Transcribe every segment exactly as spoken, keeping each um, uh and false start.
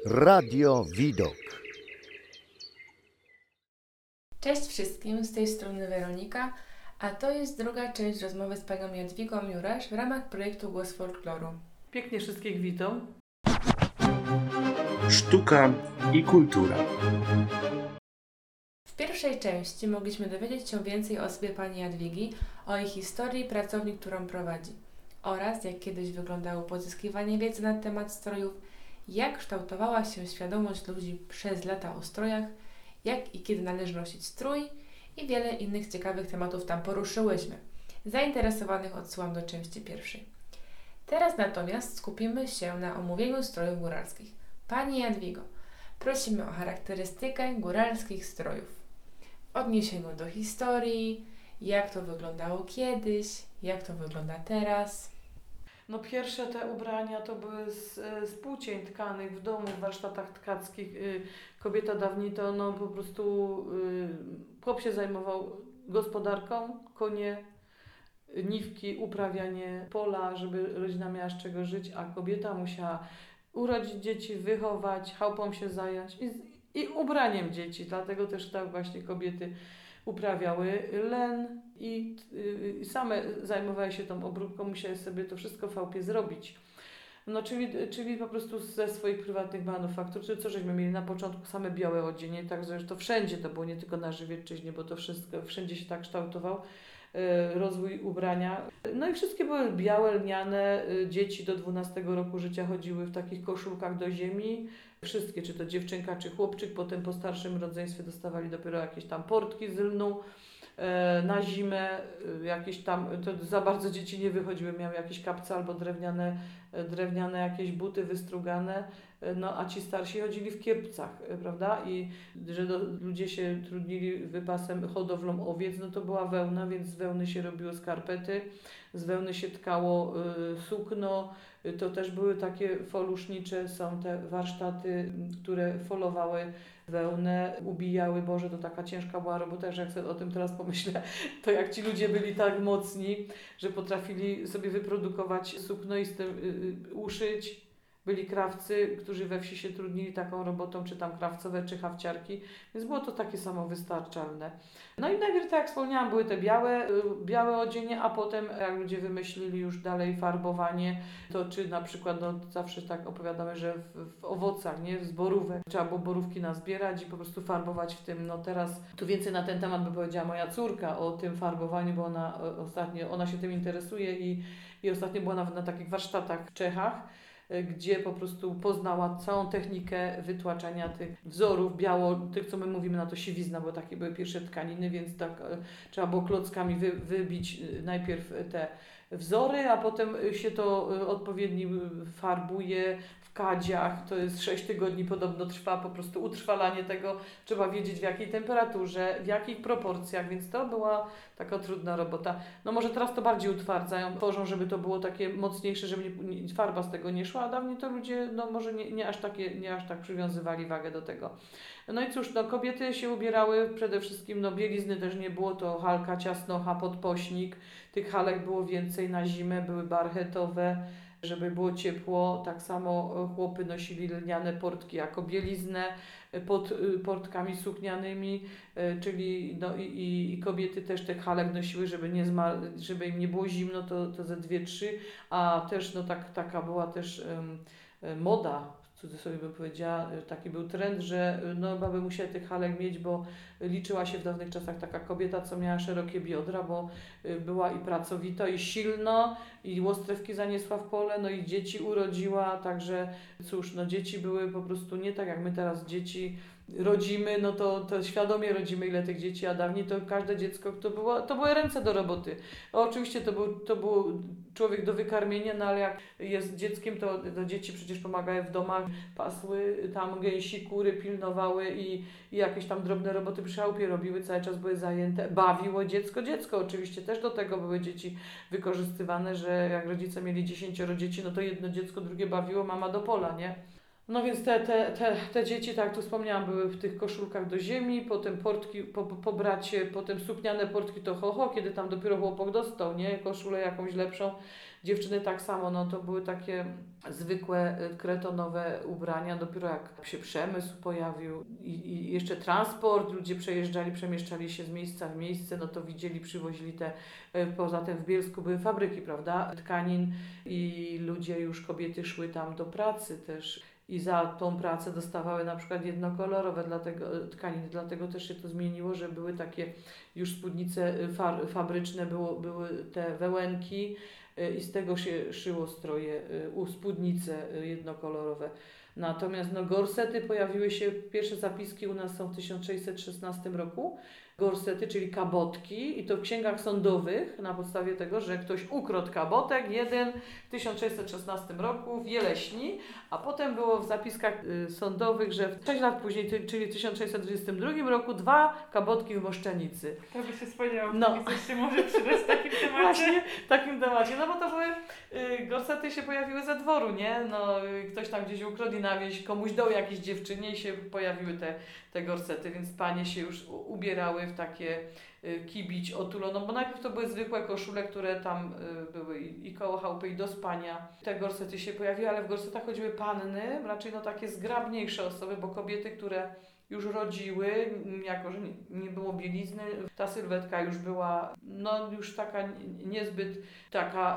Radio Widok. Cześć wszystkim, z tej strony Weronika, a to jest druga część rozmowy z panią Jadwigą Jurasz w ramach projektu Głos Folkloru. Pięknie wszystkich witam. Sztuka i kultura. W pierwszej części mogliśmy dowiedzieć się więcej o sobie pani Jadwigi, o jej historii, pracowni, którą prowadzi, oraz jak kiedyś wyglądało pozyskiwanie wiedzy na temat strojów, jak kształtowała się świadomość ludzi przez lata o strojach, jak i kiedy należy nosić strój i wiele innych ciekawych tematów tam poruszyłyśmy. Zainteresowanych odsyłam do części pierwszej. Teraz natomiast skupimy się na omówieniu strojów góralskich. Pani Jadwigo, prosimy o charakterystykę góralskich strojów. W odniesieniu do historii, jak to wyglądało kiedyś, jak to wygląda teraz. No pierwsze te ubrania to były z, z płócień tkanych w domu, w warsztatach tkackich. Kobieta dawniej to no po prostu chłop się zajmował gospodarką, konie, niwki, uprawianie pola, żeby rodzina miała z czego żyć, a kobieta musiała urodzić dzieci, wychować, chałupą się zająć i, i ubraniem dzieci. Dlatego też tak właśnie kobiety uprawiały len i y, same zajmowały się tą obróbką, musiały sobie to wszystko w chałupie zrobić. No czyli, czyli po prostu ze swoich prywatnych manufaktur, czy co żeśmy mieli na początku same białe odzienie, tak zresztą wszędzie to było, nie tylko na Żywiecczyźnie, bo to wszystko, wszędzie się tak kształtował y, rozwój ubrania. No i wszystkie były białe, lniane, y, dzieci do dwunastego roku życia chodziły w takich koszulkach do ziemi. Wszystkie, czy to dziewczynka, czy chłopczyk, potem po starszym rodzeństwie dostawali dopiero jakieś tam portki z lnu e, na zimę, e, jakieś tam, to za bardzo dzieci nie wychodziły, miały jakieś kapce albo drewniane, e, drewniane jakieś buty wystrugane, e, no a ci starsi chodzili w kierpcach, e, prawda, i że do, ludzie się trudnili wypasem hodowlą owiec, no to była wełna, więc z wełny się robiło skarpety, z wełny się tkało e, sukno. To też były takie folusznicze, są te warsztaty, które folowały wełnę, ubijały. Boże, to taka ciężka była robota, że jak sobie o tym teraz pomyślę, to jak ci ludzie byli tak mocni, że potrafili sobie wyprodukować sukno i z tym y, y, uszyć. Byli krawcy, którzy we wsi się trudnili taką robotą, czy tam krawcowe, czy hawciarki, więc było to takie samowystarczalne. No i najpierw, tak jak wspomniałam, były te białe, białe odzienie, a potem jak ludzie wymyślili już dalej farbowanie, to czy na przykład, no zawsze tak opowiadamy, że w, w owocach, nie, z borówek, trzeba było borówki nazbierać i po prostu farbować w tym. No teraz tu więcej na ten temat by powiedziała moja córka o tym farbowaniu, bo ona ostatnio, ona się tym interesuje i, i ostatnio była nawet na takich warsztatach w Czechach, gdzie po prostu poznała całą technikę wytłaczania tych wzorów biało, tych co my mówimy na to siwizna, bo takie były pierwsze tkaniny, więc tak e, trzeba było klockami wy, wybić najpierw te wzory, a potem się to e, odpowiednio farbuje w kadziach. To jest sześć tygodni podobno trwa po prostu utrwalanie tego. Trzeba wiedzieć w jakiej temperaturze, w jakich proporcjach, więc to była taka trudna robota. No może teraz to bardziej utwardzają, tworzą, żeby to było takie mocniejsze, żeby nie, nie, farba z tego nie szła, a dawniej to ludzie no może nie, nie, aż takie, nie aż tak przywiązywali wagę do tego. No i cóż, no kobiety się ubierały przede wszystkim, no bielizny też nie było, to halka, ciasnocha, podpośnik. Tych halek było więcej na zimę, były barchetowe, żeby było ciepło. Tak samo chłopy nosili lniane portki jako bieliznę pod portkami suknianymi, czyli no i, i kobiety też te halek nosiły, żeby, nie zma, żeby im nie było zimno, to, to ze dwie, trzy, a też no tak, taka była też um, moda, w cudzysłowie bym powiedziała, taki był trend, że no baby musiały tych halek mieć, bo liczyła się w dawnych czasach taka kobieta, co miała szerokie biodra, bo była i pracowita, i silna, i łostrewki zaniesła w pole, no i dzieci urodziła, także cóż, no dzieci były po prostu nie tak jak my teraz dzieci rodzimy, no to, to świadomie rodzimy ile tych dzieci, a dawniej to każde dziecko, to, było, to były ręce do roboty. No, oczywiście to był, to był człowiek do wykarmienia, no ale jak jest dzieckiem, to, to dzieci przecież pomagały w domach, pasły tam gęsi, kury, pilnowały i, i jakieś tam drobne roboty przy chałupie robiły, cały czas były zajęte. Bawiło dziecko, dziecko oczywiście też do tego były dzieci wykorzystywane, że jak rodzice mieli dziesięcioro dzieci, no to jedno dziecko, drugie bawiło, mama do pola, nie? No więc te, te, te, te dzieci, tak jak tu wspomniałam, były w tych koszulkach do ziemi, potem portki po, po bracie, potem sukniane portki to ho, ho, kiedy tam dopiero chłopak dostał, nie, koszulę jakąś lepszą. Dziewczyny tak samo, no to były takie zwykłe kretonowe ubrania, dopiero jak się przemysł pojawił i, i jeszcze transport, ludzie przejeżdżali, przemieszczali się z miejsca w miejsce, no to widzieli, przywozili te, poza tym w Bielsku były fabryki, prawda, tkanin i ludzie już, kobiety szły tam do pracy też. I za tą pracę dostawały na przykład jednokolorowe dlatego, tkaniny, dlatego też się to zmieniło, że były takie już spódnice fa- fabryczne, było, były te wełenki i z tego się szyło stroje, u spódnice jednokolorowe. Natomiast no, gorsety pojawiły się, pierwsze zapiski u nas są w tysiąc sześćset szesnastym roku, gorsety, czyli kabotki i to w księgach sądowych na podstawie tego, że ktoś ukradł kabotek jeden w tysiąc sześćset szesnastym roku w Jeleśni, a potem było w zapiskach y, sądowych, że sześć lat później, ty, czyli w tysiąc sześćset dwudziestym drugim roku dwa kabotki w Moszczenicy. To by się spodziewał, no. że coś się może przydać w takim temacie. Właśnie w takim temacie, no bo to były, y, gorsety się pojawiły ze dworu, nie? No y, ktoś tam gdzieś ukradł na wieś, komuś dał jakiejś dziewczynie i się pojawiły te, te gorsety, więc panie się już ubierały w takie y, kibić otuloną, bo najpierw to były zwykłe koszule, które tam y, były i, i koło chałupy i do spania. Te gorsety się pojawiły, ale w gorsetach chodziły panny, raczej no takie zgrabniejsze osoby, bo kobiety, które już rodziły, jako że nie, nie było bielizny, ta sylwetka już była no już taka niezbyt taka,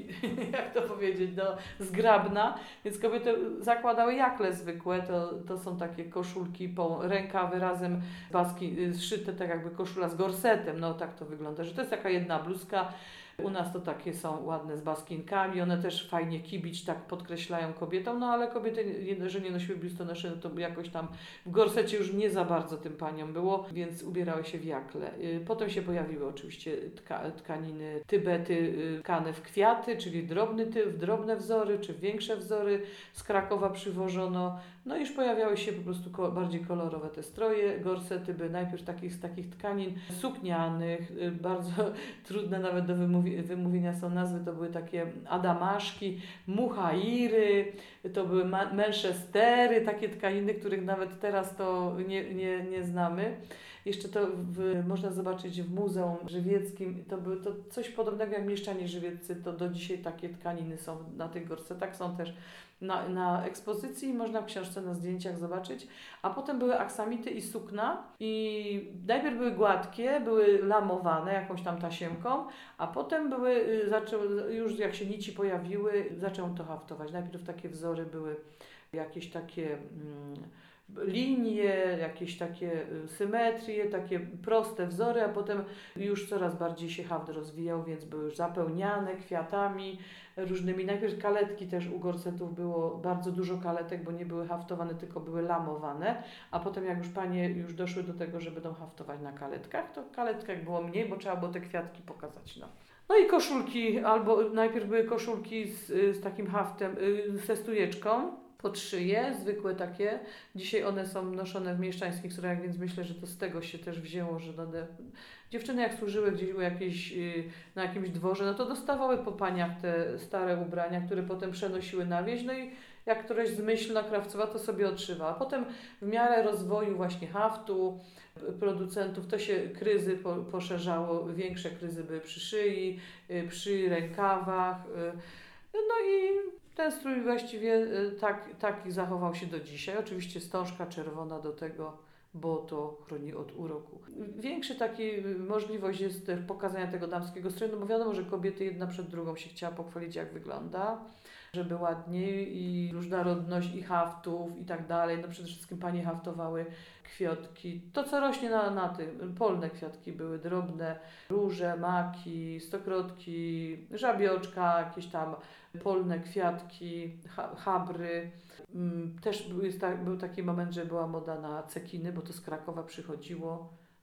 jak to powiedzieć, no zgrabna, więc kobiety zakładały jakle zwykłe, to, to są takie koszulki po rękawy razem paski zszyte tak jakby koszula z gorsetem, no tak to wygląda, że to jest taka jedna bluzka. U nas to takie są ładne z baskinkami, one też fajnie kibić tak podkreślają kobietom, no ale kobiety, że nie nosiły biustonoszy, no to jakoś tam w gorsecie już nie za bardzo tym paniom było, więc ubierały się w jakle. Potem się pojawiły oczywiście tka, tkaniny, tybety tkane w kwiaty, czyli drobny typ, drobne wzory, czy większe wzory z Krakowa przywożono. No i już pojawiały się po prostu ko- bardziej kolorowe te stroje, gorsety były najpierw takich, z takich tkanin suknianych, y, bardzo trudne nawet do wymówi- wymówienia są nazwy, to były takie adamaszki, muchairy, to były ma- manchestery, takie tkaniny, których nawet teraz to nie, nie, nie znamy. Jeszcze to w, można zobaczyć w Muzeum Żywieckim, to było to coś podobnego jak mieszczanie żywieccy, to do dzisiaj takie tkaniny są na tych gorsetach, są też na, na ekspozycji, można w książce na zdjęciach zobaczyć, a potem były aksamity i sukna i najpierw były gładkie, były lamowane jakąś tam tasiemką, a potem były, zaczęły, już jak się nici pojawiły, zaczęło to haftować. Najpierw takie wzory były jakieś takie mm, linie, jakieś takie symetrie, takie proste wzory, a potem już coraz bardziej się haft rozwijał, więc były już zapełniane kwiatami różnymi. Najpierw kaletki też u gorsetów było bardzo dużo kaletek, bo nie były haftowane, tylko były lamowane, a potem jak już panie już doszły do tego, że będą haftować na kaletkach, to kaletkach było mniej, bo trzeba było te kwiatki pokazać. No. No i koszulki, albo najpierw były koszulki z, z takim haftem, ze stujeczką pod szyję, zwykłe takie. Dzisiaj one są noszone w mieszczańskich strojach, więc myślę, że to z tego się też wzięło, że one... dziewczyny jak służyły gdzieś u jakiejś, na jakimś dworze, no to dostawały po paniach te stare ubrania, które potem przenosiły na wieś, no i jak któraś zmyślna krawcowa to sobie odszywa. A potem w miarę rozwoju właśnie haftu, producentów, to się kryzy po, poszerzało, większe kryzy były przy szyi, przy rękawach, no i ten strój właściwie tak, taki zachował się do dzisiaj. Oczywiście wstążka czerwona do tego, bo to chroni od uroku. Większa taka możliwość jest też pokazania tego damskiego stroju, no bo wiadomo, że kobiety jedna przed drugą się chciała pochwalić, jak wygląda, żeby ładniej i różnorodność i haftów i tak dalej. No przede wszystkim panie haftowały kwiatki. To, co rośnie na, na tym, polne kwiatki były drobne, róże, maki, stokrotki, żabioczka, jakieś tam polne kwiatki, ha, habry. Też był, jest ta, był taki moment, że była moda na cekiny, bo to z Krakowa przychodziło.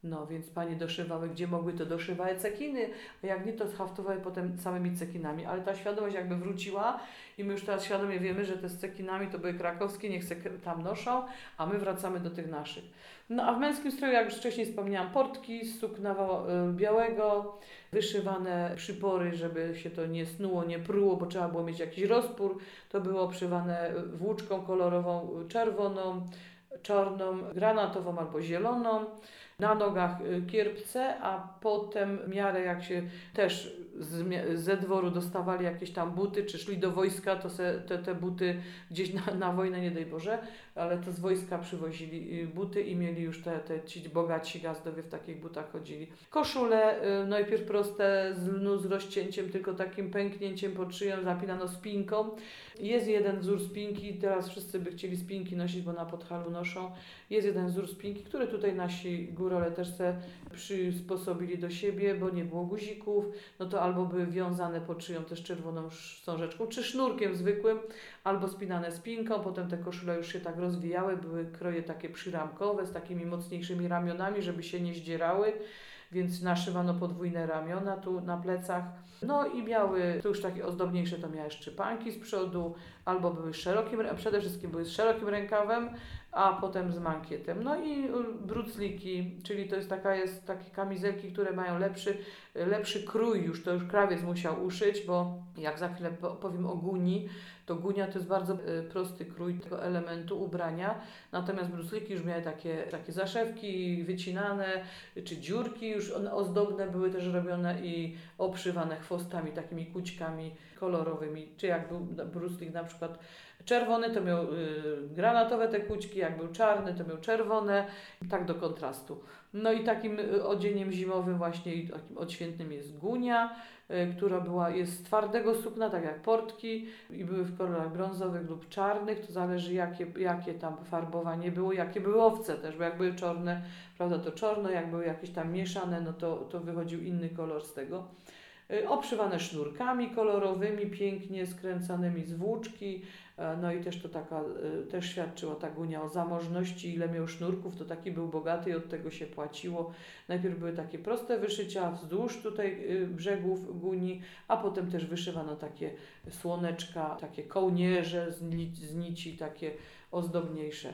No więc panie doszywały, gdzie mogły, to doszywały cekiny, a jak nie, to haftowały potem samymi cekinami. Ale ta świadomość jakby wróciła i my już teraz świadomie wiemy, że te z cekinami to były krakowskie, niech se tam noszą, a my wracamy do tych naszych. No a w męskim stroju, jak już wcześniej wspomniałam, portki z sukna białego, wyszywane przypory, żeby się to nie snuło, nie pruło, bo trzeba było mieć jakiś rozpór. To było obszywane włóczką kolorową, czerwoną, czarną, granatową albo zieloną. Na nogach kierpce, a potem w miarę jak się też z, ze dworu dostawali jakieś tam buty, czy szli do wojska, to se, te, te buty gdzieś na, na wojnę, nie daj Boże, ale to z wojska przywozili buty i mieli już te, te ci bogaci gazdowie w takich butach chodzili. Koszule y, najpierw proste z lnu z rozcięciem, tylko takim pęknięciem pod szyją, zapinano spinką. Jest jeden wzór spinki, teraz wszyscy by chcieli spinki nosić, bo na Podhalu noszą. Jest jeden wzór spinki, który tutaj nasi górole też se przysposobili do siebie, bo nie było guzików, no to albo były wiązane pod szyją też czerwoną wstążeczką, czy sznurkiem zwykłym, albo spinane spinką, potem te koszule już się tak rozwijały, były kroje takie przyramkowe z takimi mocniejszymi ramionami, żeby się nie zdzierały, więc naszywano podwójne ramiona tu na plecach. No i miały, to już takie ozdobniejsze, to miały szczypanki z przodu, albo były szerokim, przede wszystkim były z szerokim rękawem, a potem z mankietem. No i brucliki, czyli to jest taka, jest takie kamizelki, które mają lepszy, lepszy krój już, to już krawiec musiał uszyć, bo jak za chwilę powiem o guni, to gunia to jest bardzo prosty krój tego elementu ubrania, natomiast brucliki już miały takie, takie zaszewki wycinane, czy dziurki już ozdobne były też robione i obszywane chwostami, takimi kućkami kolorowymi, czy jak był bruclik na przykład czerwony, to miał y, granatowe te kućki, jak był czarny, to miał czerwone, tak do kontrastu. No i takim odzieniem zimowym właśnie i takim odświętnym jest gunia, y, która była, jest z twardego sukna, tak jak portki i były w kolorach brązowych lub czarnych, to zależy jakie, jakie tam farbowanie było, jakie były owce też, bo jak były czarne, prawda, to czarno, jak były jakieś tam mieszane, no to, to wychodził inny kolor z tego. Obszywane sznurkami kolorowymi, pięknie skręcanymi z włóczki, no i też to taka, też świadczyła ta gunia o zamożności, ile miał sznurków, to taki był bogaty i od tego się płaciło. Najpierw były takie proste wyszycia wzdłuż tutaj brzegów guni, a potem też wyszywano takie słoneczka, takie kołnierze z, ni- z nici, takie ozdobniejsze.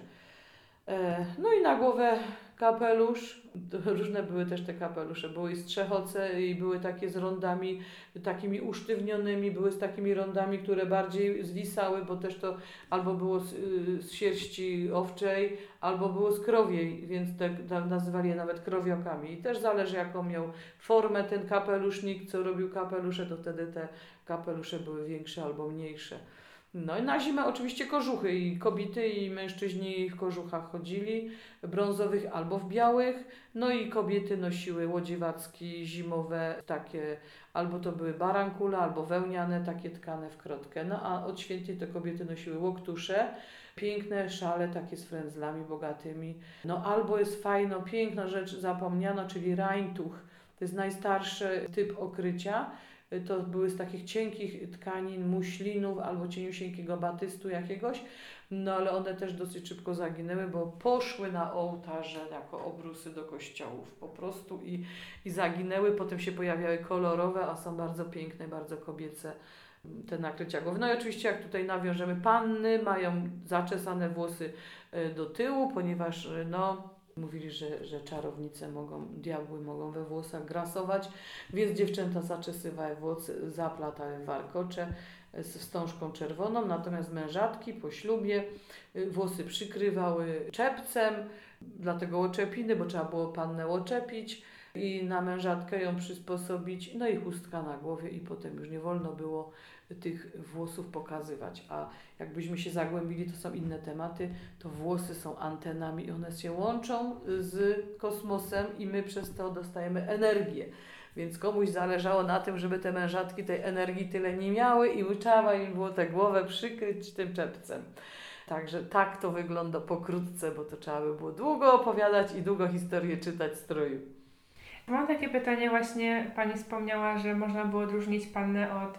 No i na głowę kapelusz, różne były też te kapelusze, były i strzechoce i były takie z rondami takimi usztywnionymi, były z takimi rondami, które bardziej zwisały, bo też to albo było z, z sierści owczej, albo było z krowiej, więc te, nazywali je nawet krowiokami. I też zależy jaką miał formę ten kapelusznik, co robił kapelusze, to wtedy te kapelusze były większe albo mniejsze. No i na zimę oczywiście kożuchy i kobiety i mężczyźni w kożuchach chodzili, brązowych albo w białych, no i kobiety nosiły łodziewacki zimowe takie, albo to były barankule, albo wełniane, takie tkane w krotkę, no a od świętej te kobiety nosiły łoktusze, piękne szale takie z frędzlami bogatymi, no albo jest fajno, piękna rzecz zapomniana, czyli rańtuch, to jest najstarszy typ okrycia. To były z takich cienkich tkanin, muślinów albo cieniusieńkiego batystu jakiegoś, no ale one też dosyć szybko zaginęły, bo poszły na ołtarze jako obrusy do kościołów po prostu i, i zaginęły. Potem się pojawiały kolorowe, a są bardzo piękne, bardzo kobiece te nakrycia głowy. No i oczywiście jak tutaj nawiążemy, panny mają zaczesane włosy do tyłu, ponieważ no mówili, że, że czarownice mogą, diabły mogą we włosach grasować, więc dziewczęta zaczesywały włosy, zaplatały warkocze z wstążką czerwoną, natomiast mężatki po ślubie włosy przykrywały czepcem, dlatego łoczepiny, bo trzeba było pannę łoczepić i na mężatkę ją przysposobić, no i chustka na głowie i potem już nie wolno było tych włosów pokazywać, a jakbyśmy się zagłębili, to są inne tematy, to włosy są antenami i one się łączą z kosmosem i my przez to dostajemy energię, więc komuś zależało na tym, żeby te mężatki tej energii tyle nie miały i trzeba im było tę głowę przykryć tym czepcem. Także tak to wygląda pokrótce, bo to trzeba by było długo opowiadać i długo historię czytać stroju. Mam takie pytanie właśnie, Pani wspomniała, że można było odróżnić pannę od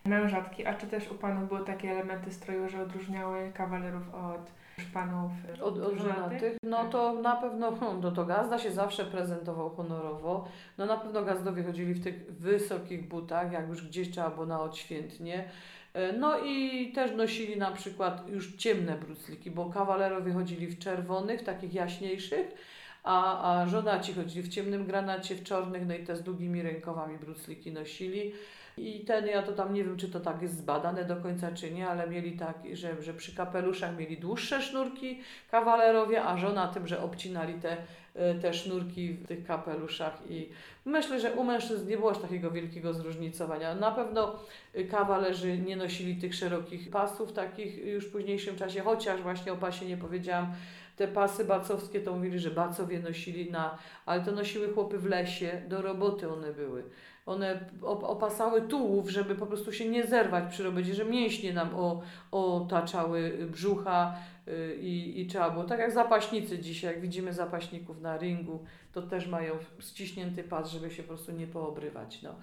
mężatki. A czy też u panów były takie elementy stroju, że odróżniały kawalerów od panów Od, od żonatych? No to na pewno, no to gazda się zawsze prezentował honorowo. No na pewno gazdowie chodzili w tych wysokich butach, jak już gdzieś trzeba było na odświętnie. No i też nosili na przykład już ciemne brucliki, bo kawalerowie chodzili w czerwonych, takich jaśniejszych, a, a żonaci chodzili w ciemnym granacie, w czarnych, no i te z długimi rękawami brucliki nosili. I ten, ja to tam nie wiem, czy to tak jest zbadane do końca, czy nie, ale mieli tak, że, że przy kapeluszach mieli dłuższe sznurki kawalerowie, a żona tym, że obcinali te, te sznurki w tych kapeluszach. I myślę, że u mężczyzn nie było aż takiego wielkiego zróżnicowania. Na pewno kawalerzy nie nosili tych szerokich pasów takich już w późniejszym czasie, chociaż właśnie o pasie nie powiedziałam. Te pasy bacowskie to mówili, że bacowie nosili na, ale to nosiły chłopy w lesie, do roboty one były. One opasały tułów, żeby po prostu się nie zerwać przy robocie, że mięśnie nam o, otaczały brzucha yy, i, i trzeba było. Tak jak zapaśnicy dzisiaj, jak widzimy zapaśników na ringu, to też mają ściśnięty pas, żeby się po prostu nie poobrywać. No,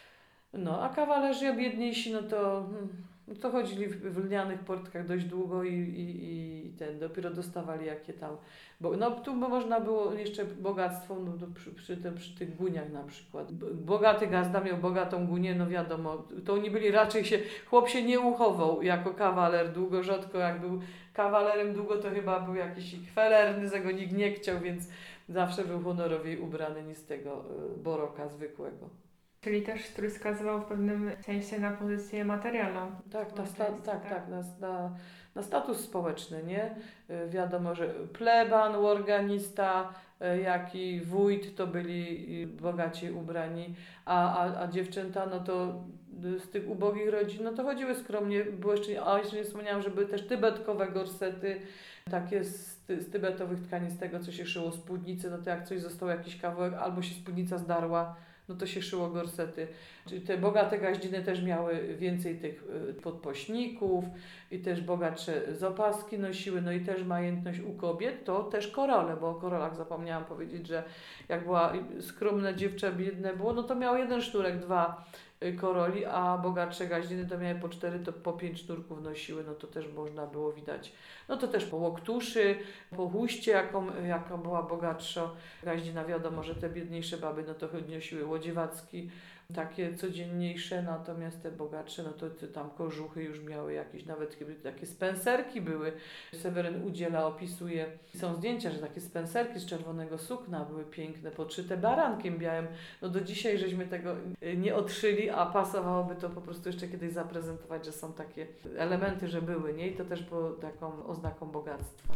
no a kawalerzy biedniejsi, no to... Hmm. To chodzili w, w lnianych portkach dość długo i, i, i ten, dopiero dostawali jakie tam, bo no tu by można było jeszcze bogactwo, no, to przy, przy, tym, przy tych guniach na przykład. Bogaty gazda miał bogatą gunię, no wiadomo, to oni byli raczej się, chłop się nie uchował jako kawaler długo, rzadko jak był kawalerem długo, to chyba był jakiś chwelerny, za go nikt nie chciał, więc zawsze był honorowiej ubrany niż z tego boroka zwykłego. Czyli też strój wskazywał w pewnym sensie na pozycję materialną. Tak, na sta- tak, tak, na, na, na status społeczny, nie? Y, wiadomo, że pleban, organista, y, jak i wójt to byli y, bogaci ubrani, a, a, a dziewczęta, no to y, z tych ubogich rodzin, no to chodziły skromnie, było jeszcze, a jeszcze nie wspomniałam, że były też tybetkowe gorsety, takie z, z tybetowych tkanin, z tego co się szyło, spódnicy, no to jak coś zostało, jakiś kawałek, albo się spódnica zdarła, no to się szyło gorsety. Czyli te bogate gaździny też miały więcej tych podpośników i też bogatsze zapaski nosiły, no i też majętność u kobiet, to też korale, bo o koralach zapomniałam powiedzieć, że jak była skromne dziewczę, biedne było, no to miało jeden sznurek, dwa koroli, a bogatsze gaździny to miały po cztery, to po pięć sznurków nosiły, no to też można było widać. No to też po łoktuszy, po huście, jaką, jaką była bogatsza gaździna, wiadomo, że te biedniejsze baby, no to nosiły łodziewacki, takie codzienniejsze, natomiast te bogatsze, no to te tam kożuchy już miały jakieś, nawet takie spencerki były. Seweryn Udziela opisuje, są zdjęcia, że takie spencerki z czerwonego sukna były piękne, podszyte barankiem białym. No do dzisiaj żeśmy tego nie odszyli, a pasowałoby to po prostu jeszcze kiedyś zaprezentować, że są takie elementy, że były, nie? I to też było taką oznaką bogactwa.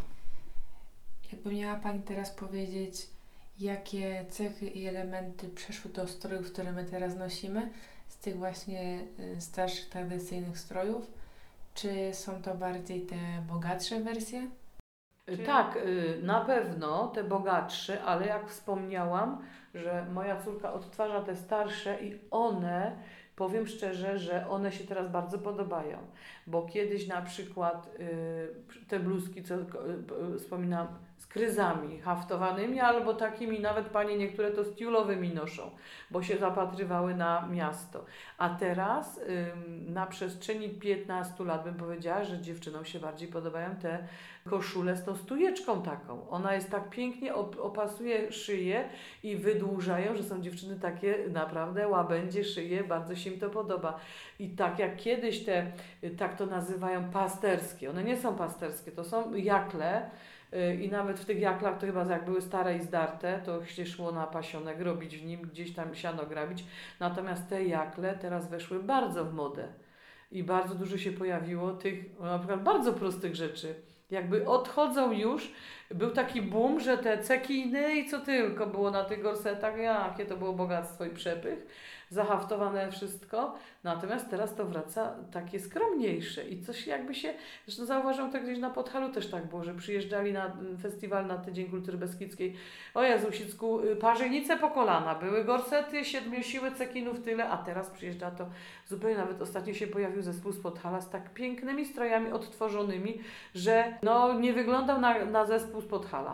Jakby miała Pani teraz powiedzieć, jakie cechy i elementy przeszły do strojów, które my teraz nosimy, z tych właśnie starszych, tradycyjnych strojów? Czy są to bardziej te bogatsze wersje? Czy... Tak, na pewno te bogatsze, ale jak wspomniałam, że moja córka odtwarza te starsze i one, powiem szczerze, że one się teraz bardzo podobają, bo kiedyś na przykład y, te bluzki, co y, wspominałam, z kryzami haftowanymi, albo takimi, nawet panie niektóre to z tiulowymi noszą, bo się zapatrywały na miasto. A teraz y, na przestrzeni piętnastu lat bym powiedziała, że dziewczynom się bardziej podobają te koszule z tą stujeczką taką. Ona jest tak pięknie, op- opasuje szyję i wydłużają, że są dziewczyny takie naprawdę łabędzie szyje, bardzo się im to podoba. I tak jak kiedyś te, tak to nazywają pasterskie, one nie są pasterskie, to są jakle, i nawet w tych jaklach to chyba jak były stare i zdarte, to się szło na pasionek robić w nim, gdzieś tam siano grabić. Natomiast te jakle teraz weszły bardzo w modę i bardzo dużo się pojawiło tych na przykład bardzo prostych rzeczy. Jakby odchodzą już, był taki boom, że te cekiny i co tylko było na tych gorsetach, jakie to było bogactwo i przepych, zahaftowane wszystko, natomiast teraz to wraca takie skromniejsze i coś jakby się, zresztą zauważyłam to gdzieś na Podhalu też tak było, że przyjeżdżali na festiwal na Tydzień Kultury Beskidzkiej, o Jezu, Sicku, parzynice po kolana, były gorsety, siedmiosiły cekinów tyle, a teraz przyjeżdża to zupełnie, nawet ostatnio się pojawił zespół z Podhala z tak pięknymi strojami odtworzonymi, że no nie wyglądał na, na zespół z Podhala.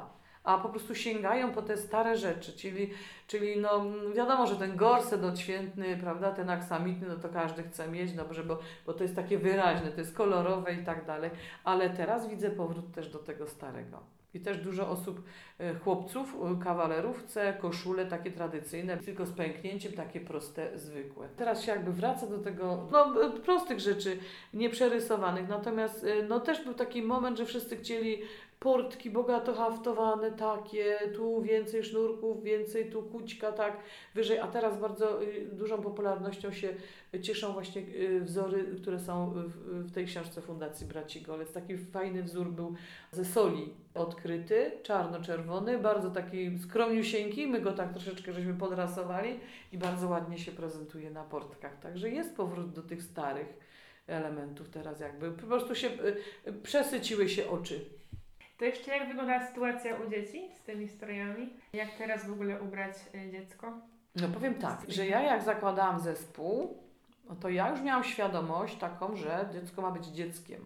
a po prostu sięgają po te stare rzeczy, czyli, czyli no wiadomo, że ten gorset odświętny, prawda, ten aksamitny, no to każdy chce mieć, no bo, bo to jest takie wyraźne, to jest kolorowe i tak dalej, ale teraz widzę powrót też do tego starego. I też dużo osób, chłopców, kawalerów chce koszule takie tradycyjne, tylko z pęknięciem, takie proste, zwykłe. Teraz się jakby wraca do tego, no prostych rzeczy, nieprzerysowanych, natomiast no też był taki moment, że wszyscy chcieli portki bogato haftowane, takie, tu więcej sznurków, więcej tu kućka, tak, wyżej, a teraz bardzo y, dużą popularnością się cieszą właśnie y, wzory, które są w, w tej książce Fundacji Braci Golec. Taki fajny wzór był ze soli odkryty, czarno-czerwony, bardzo taki skromniusieńki, my go tak troszeczkę żeśmy podrasowali i bardzo ładnie się prezentuje na portkach, także jest powrót do tych starych elementów teraz jakby, po prostu się y, przesyciły się oczy. To jeszcze jak wygląda sytuacja u dzieci z tymi strojami? Jak teraz w ogóle ubrać y, dziecko? No powiem tak, że ja jak zakładałam zespół, no to ja już miałam świadomość taką, że dziecko ma być dzieckiem.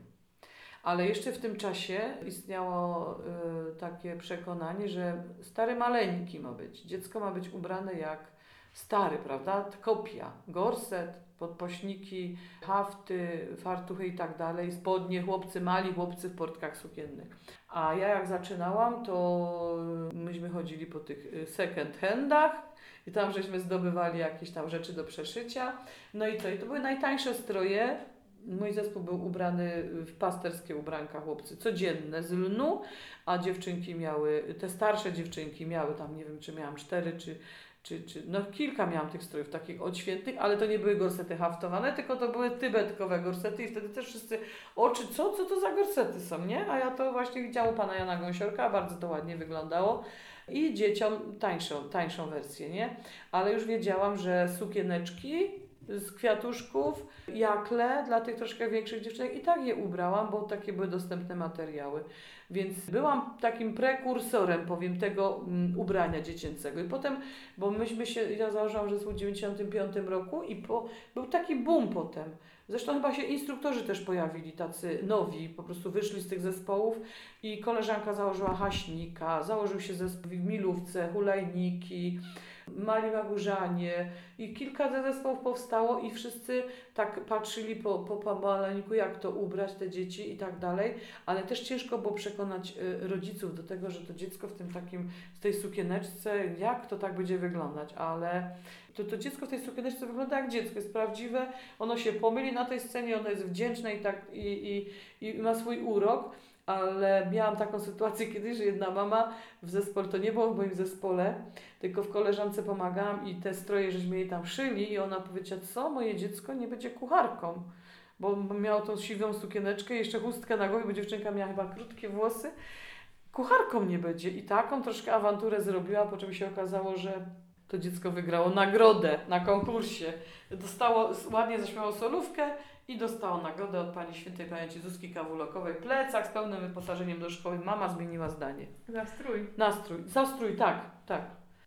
Ale jeszcze w tym czasie istniało y, takie przekonanie, że stary maleńki ma być. Dziecko ma być ubrane jak stary, prawda? Kopia, gorset, podpośniki, hafty, fartuchy i tak dalej, spodnie, chłopcy mali, chłopcy w portkach sukiennych. A ja jak zaczynałam, to myśmy chodzili po tych second handach i tam żeśmy zdobywali jakieś tam rzeczy do przeszycia. No i co? I to były najtańsze stroje. Mój zespół był ubrany w pasterskie ubranka, chłopcy, codzienne z lnu, a dziewczynki miały, te starsze dziewczynki miały tam, nie wiem czy miałam cztery, czy Czy, czy, no kilka miałam tych strojów takich odświętnych, ale to nie były gorsety haftowane, tylko to były tybetkowe gorsety i wtedy też wszyscy oczy, co, co to za gorsety są, nie? A ja to właśnie widziałam u pana Jana Gąsiorka, bardzo to ładnie wyglądało i dzieciom tańszą, tańszą wersję, nie? Ale już wiedziałam, że sukieneczki z kwiatuszków, jakle dla tych troszkę większych dziewczynek i tak je ubrałam, bo takie były dostępne materiały. Więc byłam takim prekursorem, powiem, tego um, ubrania dziecięcego. I potem, bo myśmy się, ja założyłam, że jest w dziewięćdziesiątym piątym roku i po, był taki boom potem. Zresztą chyba się instruktorzy też pojawili, tacy nowi, po prostu wyszli z tych zespołów i koleżanka założyła haśnika, założył się zespół w milówce, hulajniki, Mali Magórzanie i kilka zespołów powstało i wszyscy tak patrzyli po, po pomaleńku, jak to ubrać te dzieci i tak dalej, ale też ciężko było przekonać y, rodziców do tego, że to dziecko w tym takim, w tej sukieneczce, jak to tak będzie wyglądać, ale to, to dziecko w tej sukieneczce wygląda jak dziecko, jest prawdziwe, ono się pomyli na tej scenie, ono jest wdzięczne i, tak, i, i, i ma swój urok. Ale miałam taką sytuację kiedyś, że jedna mama w zespole, to nie było w moim zespole, tylko w koleżance pomagałam i te stroje żeśmy jej tam szyli i ona powiedziała, co, moje dziecko nie będzie kucharką, bo miało tą siwą sukieneczkę i jeszcze chustkę na głowie, bo dziewczynka miała chyba krótkie włosy, kucharką nie będzie i taką troszkę awanturę zrobiła, po czym się okazało, że to dziecko wygrało nagrodę na konkursie, dostało, ładnie zaśpiewało solówkę i dostało nagrodę od pani świętej pamięci Zuzki Kawulokowej, plecak z pełnym wyposażeniem do szkoły. Mama zmieniła zdanie. Za strój. Na strój. Za strój, tak, tak.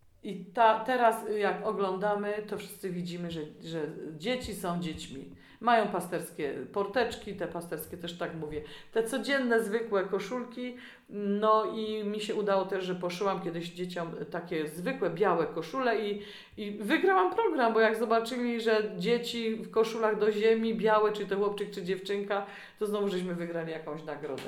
I ta, teraz jak oglądamy, to wszyscy widzimy, że, że dzieci są dziećmi. Mają pasterskie porteczki, te pasterskie też tak mówię, te codzienne, zwykłe koszulki. No i mi się udało też, że poszyłam kiedyś dzieciom takie zwykłe, białe koszule i, i wygrałam program, bo jak zobaczyli, że dzieci w koszulach do ziemi, białe, czy to chłopczyk, czy dziewczynka, to znowu żeśmy wygrali jakąś nagrodę.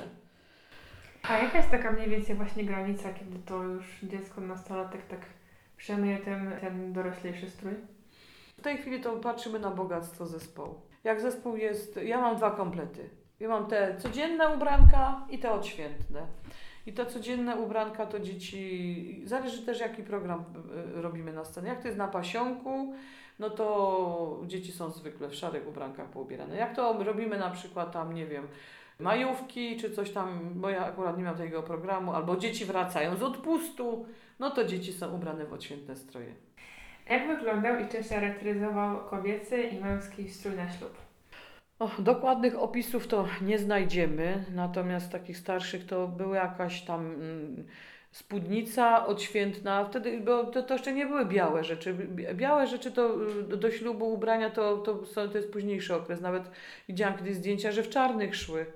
A jaka jest taka mniej więcej właśnie granica, kiedy to już dziecko, nastolatek tak przejmuje ten, ten doroślejszy strój? W tej chwili to patrzymy na bogactwo zespołu. Jak zespół jest, ja mam dwa komplety. Ja mam te codzienne ubranka i te odświętne. I te codzienne ubranka to dzieci, zależy też jaki program robimy na scenie. Jak to jest na pasionku, no to dzieci są zwykle w szarych ubrankach poubierane. Jak to robimy na przykład tam, nie wiem, majówki czy coś tam, bo ja akurat nie mam tego programu, albo dzieci wracają z odpustu, no to dzieci są ubrane w odświętne stroje. Jak wyglądał i czy się charakteryzował kobiecy i męski strój na ślub? O, dokładnych opisów to nie znajdziemy, natomiast takich starszych to była jakaś tam mm, spódnica odświętna, wtedy, bo to, to jeszcze nie były białe rzeczy. Białe rzeczy to do ślubu ubrania to, to, są, to jest późniejszy okres. Nawet widziałam kiedyś zdjęcia, że w czarnych szły.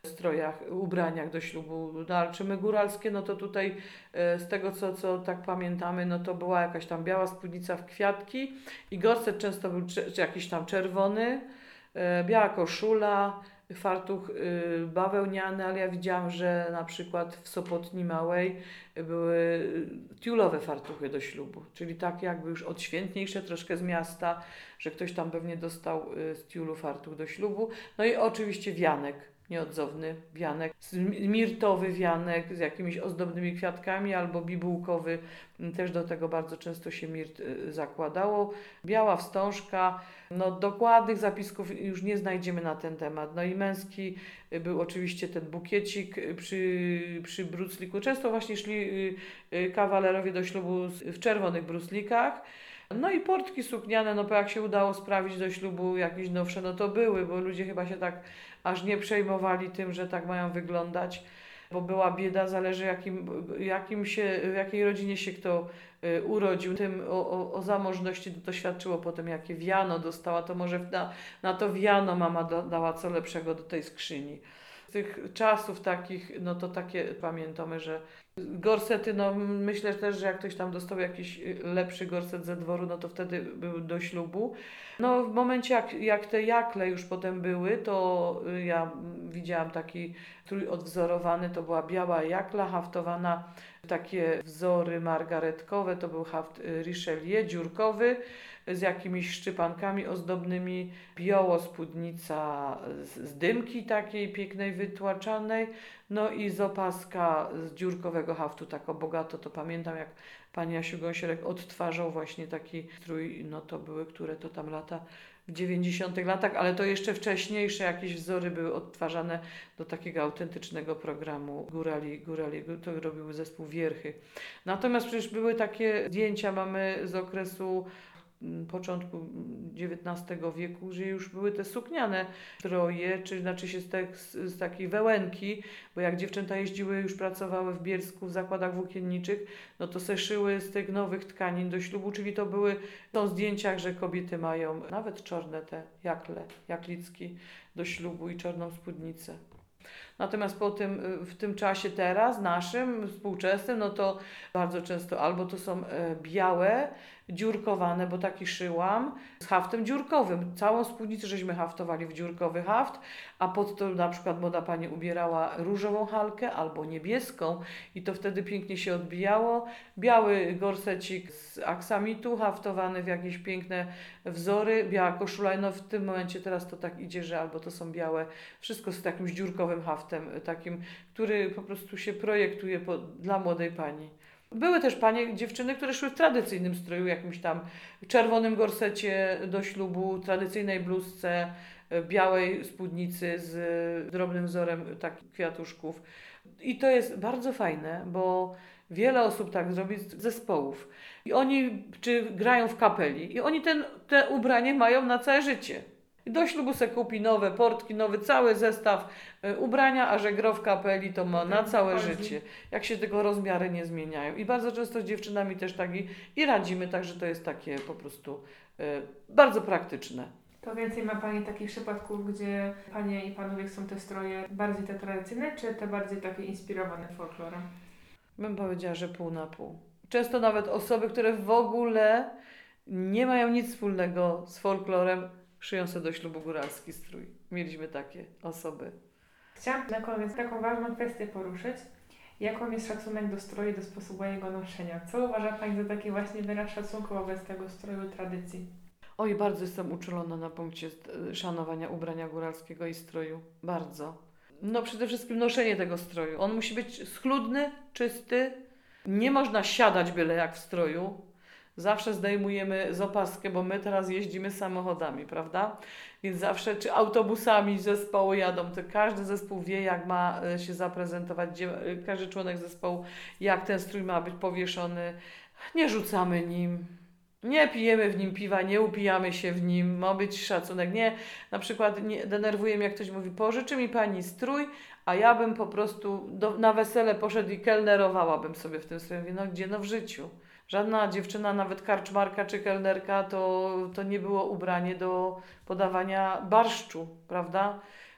strojach, ubraniach do ślubu. No, ale czy my góralskie, no to tutaj e, z tego, co, co tak pamiętamy, no to była jakaś tam biała spódnica w kwiatki i gorset często był cze- jakiś tam czerwony, e, biała koszula, fartuch y, bawełniany, ale ja widziałam, że na przykład w Sopotni Małej były tiulowe fartuchy do ślubu, czyli takie jakby już odświętniejsze troszkę z miasta, że ktoś tam pewnie dostał y, z tiulu fartuch do ślubu. No i oczywiście wianek, nieodzowny wianek, mirtowy wianek z jakimiś ozdobnymi kwiatkami albo bibułkowy, też do tego bardzo często się mirt y, zakładało. Biała wstążka, no dokładnych zapisków już nie znajdziemy na ten temat. No i męski był oczywiście ten bukiecik przy, przy brucliku. Często właśnie szli y, y, kawalerowie do ślubu w czerwonych bruclikach. No i portki sukniane, no bo jak się udało sprawić do ślubu jakieś nowsze, no to były, bo ludzie chyba się tak aż nie przejmowali tym, że tak mają wyglądać, bo była bieda, zależy jakim, jakim się, w jakiej rodzinie się kto y, urodził. Tym o, o, o zamożności to świadczyło potem, jakie wiano dostała, to może na, na to wiano mama do, dała co lepszego do tej skrzyni. Z tych czasów takich, no to takie pamiętamy, że gorsety, no myślę też, że jak ktoś tam dostał jakiś lepszy gorset ze dworu, no to wtedy był do ślubu. No w momencie jak, jak te jakle już potem były, to ja widziałam taki strój odwzorowany, to była biała jakla haftowana w takie wzory margaretkowe, to był haft Richelieu, dziurkowy, z jakimiś szczypankami ozdobnymi, biało spódnica z, z dymki takiej pięknej, wytłaczanej, no i z opaska z dziurkowego haftu, tak o bogato, to pamiętam jak pani Jasiu Gąsierek odtwarzał właśnie taki strój, no to były, które to tam lata w dziewięćdziesiątych latach, ale to jeszcze wcześniejsze jakieś wzory były odtwarzane do takiego autentycznego programu Górali, Górali, to robił zespół Wierchy. Natomiast przecież były takie zdjęcia, mamy z okresu początku dziewiętnastego wieku, że już były te sukniane stroje, czy znaczy się z, te, z, z takiej wełenki, bo jak dziewczęta jeździły, już pracowały w Bielsku w zakładach włókienniczych, no to se szyły z tych nowych tkanin do ślubu, czyli to były, są zdjęcia, że kobiety mają nawet czarne te jakle, jaklicki do ślubu i czarną spódnicę. Natomiast po tym, w tym czasie teraz, naszym, współczesnym, no to bardzo często albo to są e, białe, dziurkowane, bo taki szyłam, z haftem dziurkowym. Całą spódnicę żeśmy haftowali w dziurkowy haft, a pod to na przykład młoda pani ubierała różową halkę albo niebieską i to wtedy pięknie się odbijało. Biały gorsecik z aksamitu, haftowany w jakieś piękne wzory, biała koszula, no w tym momencie teraz to tak idzie, że albo to są białe, wszystko z takim dziurkowym haftem, takim, który po prostu się projektuje po, dla młodej pani. Były też panie, dziewczyny, które szły w tradycyjnym stroju, jakimś tam czerwonym gorsecie do ślubu, tradycyjnej bluzce, białej spódnicy z drobnym wzorem takich kwiatuszków. I to jest bardzo fajne, bo wiele osób tak zrobi z zespołów. I oni, czy grają w kapeli, i oni ten, te ubranie mają na całe życie. I do ślubu se kupi nowe portki, nowy cały zestaw y, ubrania, a że gro w kapeli to ma na całe życie. Jak się tylko rozmiary nie zmieniają. I bardzo często z dziewczynami też tak i, i radzimy, także to jest takie po prostu y, bardzo praktyczne. To więcej ma Pani takich przypadków, gdzie Panie i Panowie są te stroje bardziej te tradycyjne, czy te bardziej takie inspirowane folklorem? Bym powiedziała, że pół na pół. Często nawet osoby, które w ogóle nie mają nic wspólnego z folklorem, szyją sobie do ślubu góralski strój. Mieliśmy takie osoby. Chciałam na koniec taką ważną kwestię poruszyć. Jaką jest szacunek do stroju i do sposobu jego noszenia? Co uważa Pani za taki właśnie wyraz szacunku wobec tego stroju tradycji? Oj, bardzo jestem uczulona na punkcie szanowania ubrania góralskiego i stroju. Bardzo. No przede wszystkim noszenie tego stroju. On musi być schludny, czysty. Nie można siadać byle jak w stroju. Zawsze zdejmujemy z opaskę, bo my teraz jeździmy samochodami, prawda? Więc zawsze, czy autobusami zespołu jadą, to każdy zespół wie, jak ma się zaprezentować, gdzie, każdy członek zespołu, jak ten strój ma być powieszony. Nie rzucamy nim, nie pijemy w nim piwa, nie upijamy się w nim, ma być szacunek. Nie, na przykład nie denerwuje mnie, jak ktoś mówi, pożyczy mi pani strój, a ja bym po prostu do, na wesele poszedł i kelnerowałabym sobie w tym stroju. Mówię, no gdzie, no w życiu. Żadna dziewczyna, nawet karczmarka czy kelnerka, to, to nie było ubranie do podawania barszczu, prawda?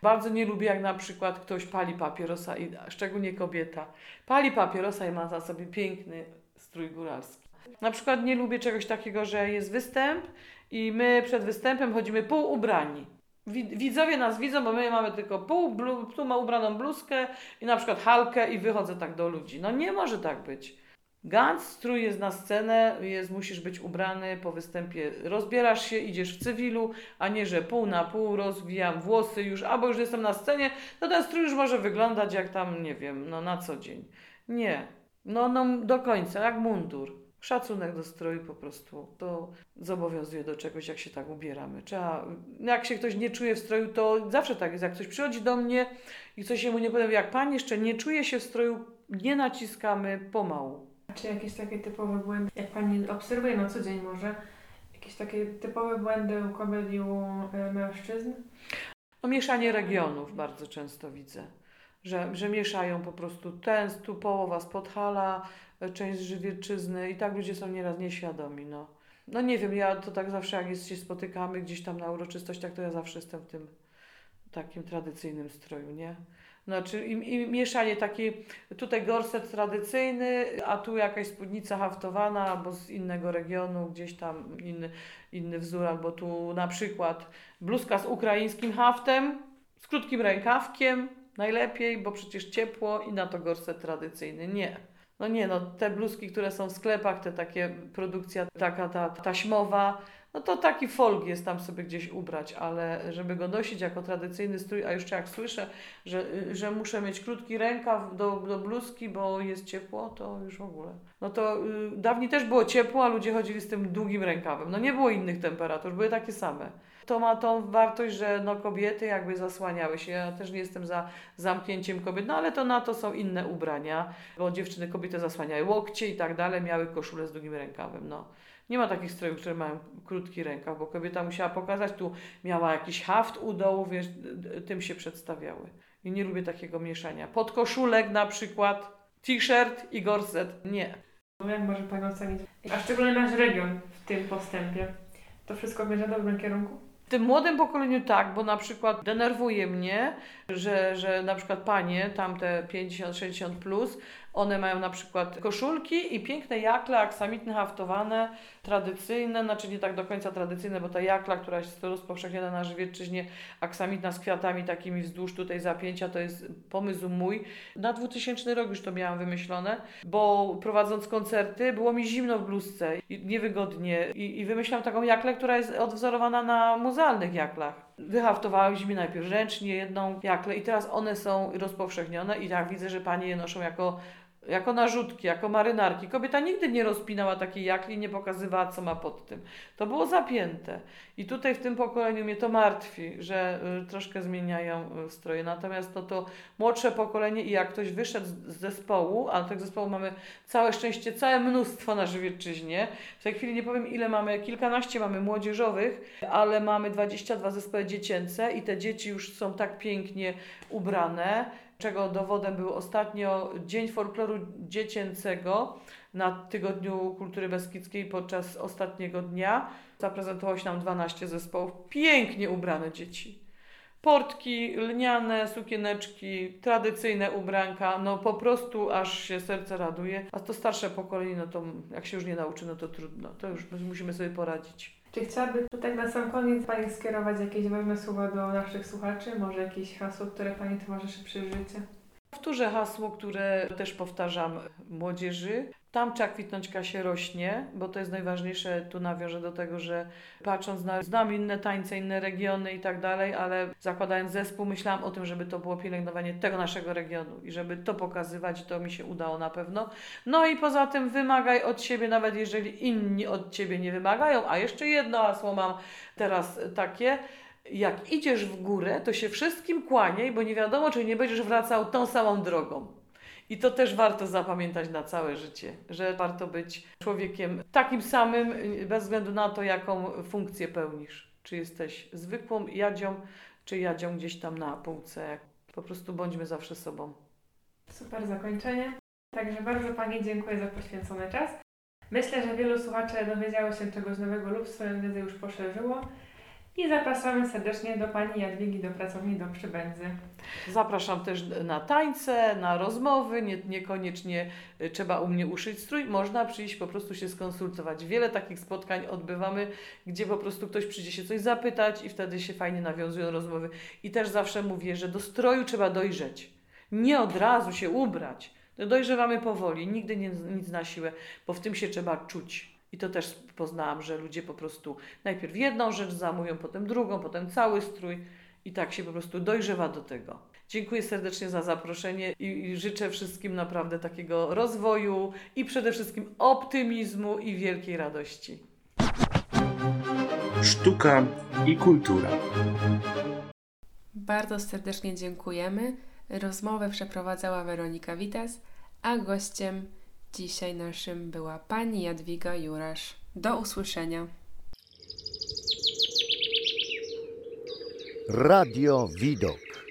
Bardzo nie lubię, jak na przykład ktoś pali papierosa, i szczególnie kobieta. Pali papierosa i ma na sobie piękny strój góralski. Na przykład nie lubię czegoś takiego, że jest występ i my przed występem chodzimy pół ubrani. Widzowie nas widzą, bo my mamy tylko pół, blu, tu ma ubraną bluzkę i na przykład halkę i wychodzę tak do ludzi. No nie może tak być. Ganz, strój jest na scenę, jest, musisz być ubrany po występie. Rozbierasz się, idziesz w cywilu, a nie, że pół na pół rozwijam włosy już, albo już jestem na scenie, to ten strój już może wyglądać jak tam, nie wiem, no na co dzień. Nie. No, no do końca, jak mundur. Szacunek do stroju po prostu, to zobowiązuje do czegoś, jak się tak ubieramy. Trzeba, jak się ktoś nie czuje w stroju, to zawsze tak jest. Jak ktoś przychodzi do mnie i coś się mu nie podoba, jak Pani jeszcze nie czuje się w stroju, nie naciskamy pomału. Czy jakieś takie typowe błędy, jak Pani obserwuje na co dzień może, jakieś takie typowe błędy u kobiet i u y, mężczyzn? No, mieszanie regionów bardzo często widzę, że, że mieszają po prostu ten, tu połowa z Podhala, część z Żywiecczyzny i tak ludzie są nieraz nieświadomi. No. no nie wiem, ja to tak zawsze jak jest, się spotykamy gdzieś tam na uroczystościach, to ja zawsze jestem w tym takim tradycyjnym stroju, nie? Znaczy i, i mieszanie taki, tutaj gorset tradycyjny, a tu jakaś spódnica haftowana albo z innego regionu, gdzieś tam inny, inny wzór, albo tu na przykład bluzka z ukraińskim haftem, z krótkim rękawkiem, najlepiej, bo przecież ciepło i na to gorset tradycyjny. Nie. No nie, no te bluzki, które są w sklepach, te takie produkcja taka ta taśmowa, no to taki folk jest tam sobie gdzieś ubrać, ale żeby go nosić jako tradycyjny strój, a jeszcze jak słyszę, że, że muszę mieć krótki rękaw do, do bluzki, bo jest ciepło, to już w ogóle. No to y, dawniej też było ciepło, a ludzie chodzili z tym długim rękawem. No nie było innych temperatur, były takie same. To ma tą wartość, że no kobiety jakby zasłaniały się. Ja też nie jestem za zamknięciem kobiet, no ale to na to są inne ubrania, bo dziewczyny, kobiety zasłaniały łokcie i tak dalej, miały koszulę z długim rękawem. No. Nie ma takich strojów, które mają krótki rękaw, bo kobieta musiała pokazać, tu miała jakiś haft u dołu, wiesz, tym się przedstawiały. I nie lubię takiego mieszania. Podkoszulek na przykład, t-shirt i gorset, nie. Jak może Pani ocenić, a szczególnie nasz region w tym postępie? To wszystko zmierza w dobrym kierunku? W tym młodym pokoleniu tak, bo na przykład denerwuje mnie, że, że na przykład panie, tamte pięćdziesiąt sześćdziesiąt plus, one mają na przykład koszulki i piękne jakle aksamitne haftowane, tradycyjne, znaczy nie tak do końca tradycyjne, bo ta jakla, która jest rozpowszechniona na Żywiecczyźnie, aksamitna z kwiatami takimi wzdłuż tutaj zapięcia, to jest pomysł mój. Na dwutysięczny rok już to miałam wymyślone, bo prowadząc koncerty było mi zimno w bluzce i niewygodnie i, i wymyślałam taką jaklę, która jest odwzorowana na muzealnych jaklach. Wyhaftowałam mi najpierw ręcznie jedną jaklę i teraz one są rozpowszechnione i tak widzę, że panie je noszą jako jako narzutki, jako marynarki. Kobieta nigdy nie rozpinała takiej jakli, nie pokazywała, co ma pod tym. To było zapięte. I tutaj w tym pokoleniu mnie to martwi, że y, troszkę zmieniają y, stroje. Natomiast to, to młodsze pokolenie i jak ktoś wyszedł z, z zespołu, a tych zespołów mamy całe szczęście, całe mnóstwo na Żywiecczyźnie. W tej chwili nie powiem ile mamy, kilkanaście mamy młodzieżowych, ale mamy dwadzieścia dwa zespoły dziecięce i te dzieci już są tak pięknie ubrane, czego dowodem był ostatnio Dzień Folkloru Dziecięcego na Tygodniu Kultury Beskidzkiej podczas ostatniego dnia. Zaprezentowało się nam dwanaście zespołów, pięknie ubrane dzieci. Portki, lniane, sukieneczki, tradycyjne ubranka, no po prostu aż się serce raduje. A to starsze pokolenie, no to jak się już nie nauczy, no to trudno, to już musimy sobie poradzić. Czy chciałaby tutaj na sam koniec Pani skierować jakieś ważne słowa do naszych słuchaczy? Może jakieś hasło, które Pani towarzyszy przy życiu? Powtórzę hasło, które też powtarzam młodzieży. Tam trzeba kwitnąć, Kasie rośnie, bo to jest najważniejsze. Tu nawiążę do tego, że patrząc na, znam inne tańce, inne regiony i tak dalej, ale zakładając zespół myślałam o tym, żeby to było pielęgnowanie tego naszego regionu i żeby to pokazywać, to mi się udało na pewno. No i poza tym wymagaj od siebie, nawet jeżeli inni od Ciebie nie wymagają. A jeszcze jedno hasło mam teraz takie. Jak idziesz w górę, to się wszystkim kłaniaj, bo nie wiadomo, czy nie będziesz wracał tą samą drogą. I to też warto zapamiętać na całe życie, że warto być człowiekiem takim samym, bez względu na to, jaką funkcję pełnisz. Czy jesteś zwykłą jadzią, czy jadzią gdzieś tam na półce. Po prostu bądźmy zawsze sobą. Super zakończenie. Także bardzo Pani dziękuję za poświęcony czas. Myślę, że wielu słuchaczy dowiedziało się czegoś nowego lub swoją wiedzę już poszerzyło. I zapraszamy serdecznie do pani Jadwigi, do pracowni do Przybędzy. Zapraszam też na tańce, na rozmowy, nie, niekoniecznie trzeba u mnie uszyć strój, można przyjść po prostu się skonsultować. Wiele takich spotkań odbywamy, gdzie po prostu ktoś przyjdzie się coś zapytać i wtedy się fajnie nawiązują rozmowy. I też zawsze mówię, że do stroju trzeba dojrzeć, nie od razu się ubrać. Dojrzewamy powoli, nigdy nie, nic na siłę, bo w tym się trzeba czuć. I to też poznałam, że ludzie po prostu najpierw jedną rzecz zamówią, potem drugą, potem cały strój i tak się po prostu dojrzewa do tego. Dziękuję serdecznie za zaproszenie i, i życzę wszystkim naprawdę takiego rozwoju i przede wszystkim optymizmu i wielkiej radości. Sztuka i kultura. Bardzo serdecznie dziękujemy. Rozmowę przeprowadzała Weronika Witas, a gościem dzisiaj naszym była pani Jadwiga Jurasz. Do usłyszenia. Radio Widok.